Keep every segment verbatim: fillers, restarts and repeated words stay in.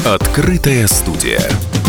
Открытая студия.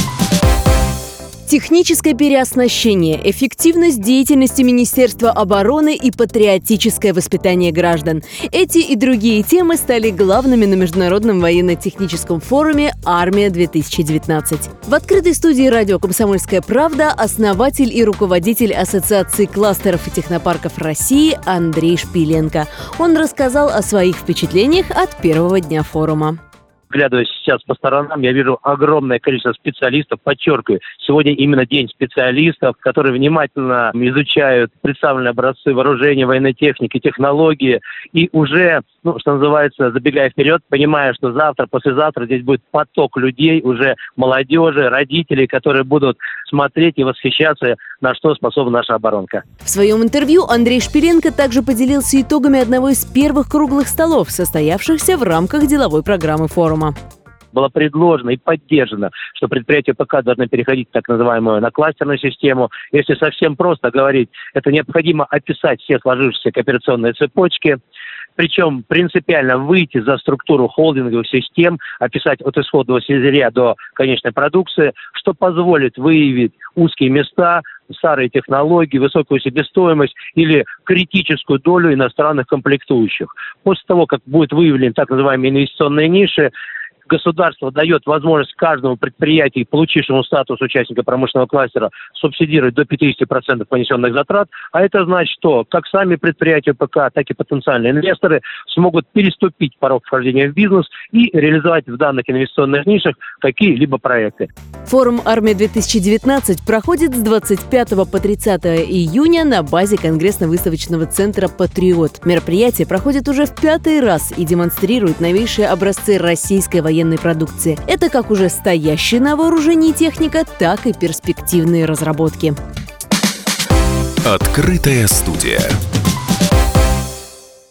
Техническое переоснащение, эффективность деятельности Министерства обороны и патриотическое воспитание граждан. Эти и другие темы стали главными на Международном военно-техническом форуме «Армия-две тысячи девятнадцать». В открытой студии радио «Комсомольская правда» основатель и руководитель Ассоциации кластеров и технопарков России Андрей Шпиленко. Он рассказал о своих впечатлениях от первого дня форума. Глядываясь сейчас по сторонам, я вижу огромное количество специалистов, подчеркиваю, сегодня именно день специалистов, которые внимательно изучают представленные образцы вооружения, военной техники, технологии, и уже, ну, что называется, забегая вперед, понимая, что завтра, послезавтра здесь будет поток людей, уже молодежи, родителей, которые будут смотреть и восхищаться, на что способна наша оборонка. В своем интервью Андрей Шпиленко также поделился итогами одного из первых круглых столов, состоявшихся в рамках деловой программы форума. Было предложено и поддержано, что предприятия ПК должны переходить в так называемую однокластерную систему. Если совсем просто говорить, это необходимо описать все сложившиеся кооперационные цепочки, причем принципиально выйти за структуру холдинговых систем, описать от исходного сырья до конечной продукции, что позволит выявить узкие места, старые технологии, высокую себестоимость или критическую долю иностранных комплектующих. После того, как будет выявлен так называемые инвестиционные ниши, государство дает возможность каждому предприятию, получившему статус участника промышленного кластера, субсидировать до пятьдесят процентов понесенных затрат. А это значит, что как сами предприятия ПК, так и потенциальные инвесторы смогут переступить порог вхождения в бизнес и реализовать в данных инвестиционных нишах какие-либо проекты. Форум «Армия-две тысячи девятнадцать» проходит с двадцать пятого по тридцатое июня на базе Конгрессно-выставочного центра «Патриот». Мероприятие проходит уже в пятый раз и демонстрирует новейшие образцы российской военной военной продукции. Это как уже стоящая на вооружении техника, так и перспективные разработки. Открытая студия.